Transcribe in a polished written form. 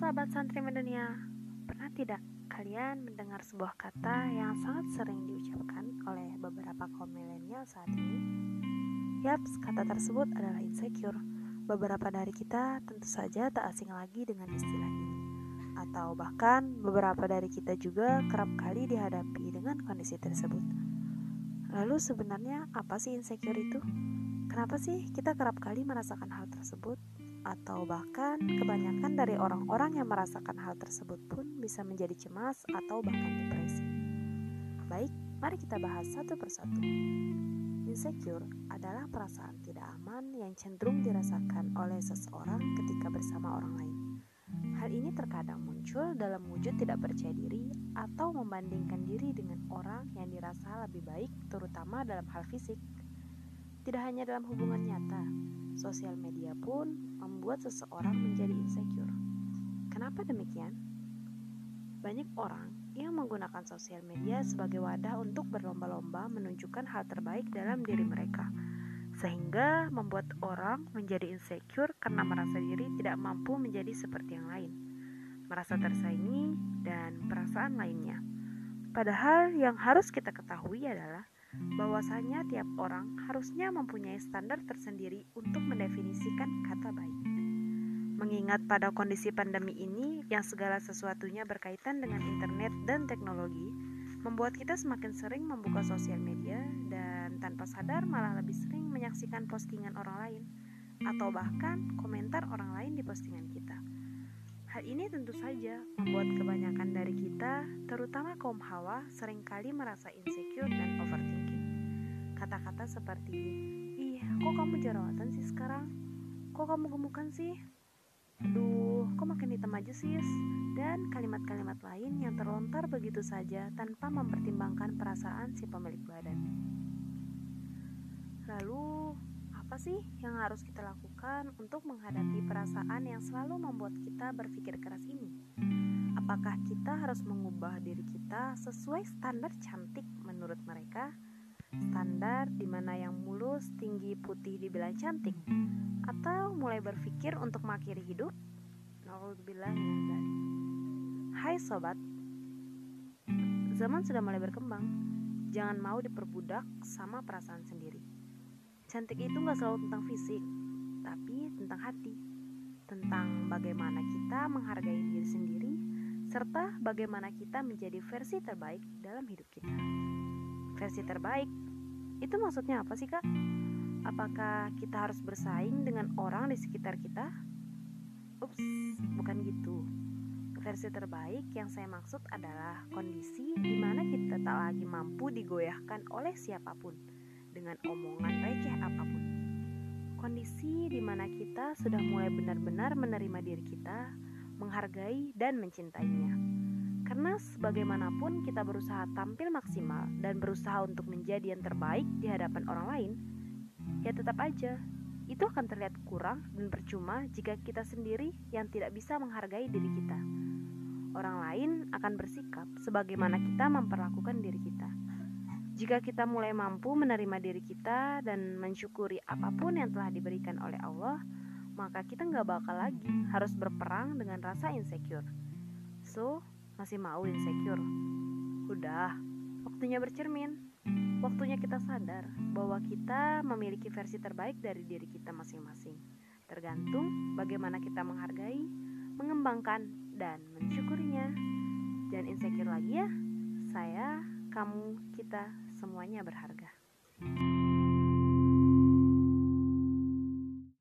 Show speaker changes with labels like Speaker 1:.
Speaker 1: Sahabat santri mendunia, pernah tidak kalian mendengar sebuah kata yang sangat sering diucapkan oleh beberapa kaum milenial saat ini? Yaps, kata tersebut adalah insecure. Beberapa dari kita tentu saja tak asing lagi dengan istilah ini. Atau bahkan beberapa dari kita juga kerap kali dihadapi dengan kondisi tersebut. Lalu sebenarnya apa sih insecure itu? Kenapa sih kita kerap kali merasakan hal tersebut? Atau bahkan kebanyakan dari orang-orang yang merasakan hal tersebut pun bisa menjadi cemas atau bahkan depresi. Baik, mari kita bahas satu persatu. Insecure adalah perasaan tidak aman yang cenderung dirasakan oleh seseorang ketika bersama orang lain. Hal ini terkadang muncul dalam wujud tidak percaya diri atau membandingkan diri dengan orang yang dirasa lebih baik, terutama dalam hal fisik. Tidak hanya dalam hubungan nyata, sosial media pun membuat seseorang menjadi insecure. Kenapa demikian? Banyak orang yang menggunakan sosial media sebagai wadah untuk berlomba-lomba menunjukkan hal terbaik dalam diri mereka, sehingga membuat orang menjadi insecure karena merasa diri tidak mampu menjadi seperti yang lain, merasa tersaingi, dan perasaan lainnya. Padahal yang harus kita ketahui adalah bahwasanya tiap orang harusnya mempunyai standar tersendiri untuk mendefinisikan kata baik. Mengingat pada kondisi pandemi ini yang segala sesuatunya berkaitan dengan internet dan teknologi, membuat kita semakin sering membuka sosial media dan tanpa sadar malah lebih sering menyaksikan postingan orang lain atau bahkan komentar orang lain di postingan kita. Hal ini tentu saja membuat kebanyakan dari kita, terutama kaum hawa, seringkali merasa insecure dan overthinking. Kata-kata seperti, "Ih, kok kamu jerawatan sih sekarang? Kok kamu gemukan sih? Aduh, kok makin hitam aja sih?" Dan kalimat-kalimat lain yang terlontar begitu saja tanpa mempertimbangkan perasaan si pemilik badan. Lalu, apa sih yang harus kita lakukan untuk menghadapi perasaan yang selalu membuat kita berpikir keras ini? Apakah kita harus mengubah diri kita sesuai standar cantik menurut mereka? Standar di mana yang mulus, tinggi, putih dibilang cantik? Atau mulai berpikir untuk mengakhiri hidup? Nauzubillah min dzalik. Hai sobat, zaman sudah mulai berkembang. Jangan mau diperbudak sama perasaan sendiri. Cantik itu gak selalu tentang fisik, tapi tentang hati, tentang bagaimana kita menghargai diri sendiri, serta bagaimana kita menjadi versi terbaik dalam hidup kita. Versi terbaik, itu maksudnya apa sih kak? Apakah kita harus bersaing dengan orang di sekitar kita? Ups, bukan gitu. Versi terbaik yang saya maksud adalah kondisi di mana kita tak lagi mampu digoyahkan oleh siapapun dengan omongan receh apapun. Kondisi di mana kita sudah mulai benar-benar menerima diri kita, menghargai dan mencintainya. Karena sebagaimanapun kita berusaha tampil maksimal dan berusaha untuk menjadi yang terbaik di hadapan orang lain, ya tetap aja itu akan terlihat kurang dan percuma jika kita sendiri yang tidak bisa menghargai diri kita. Orang lain akan bersikap sebagaimana kita memperlakukan diri kita. Jika kita mulai mampu menerima diri kita dan mensyukuri apapun yang telah diberikan oleh Allah, maka kita gak bakal lagi harus berperang dengan rasa insecure. So, masih mau insecure? Udah, waktunya bercermin. Waktunya kita sadar bahwa kita memiliki versi terbaik dari diri kita masing-masing. Tergantung bagaimana kita menghargai, mengembangkan, dan mensyukurinya. Jangan insecure lagi ya. Saya, kamu, kita semuanya berharga.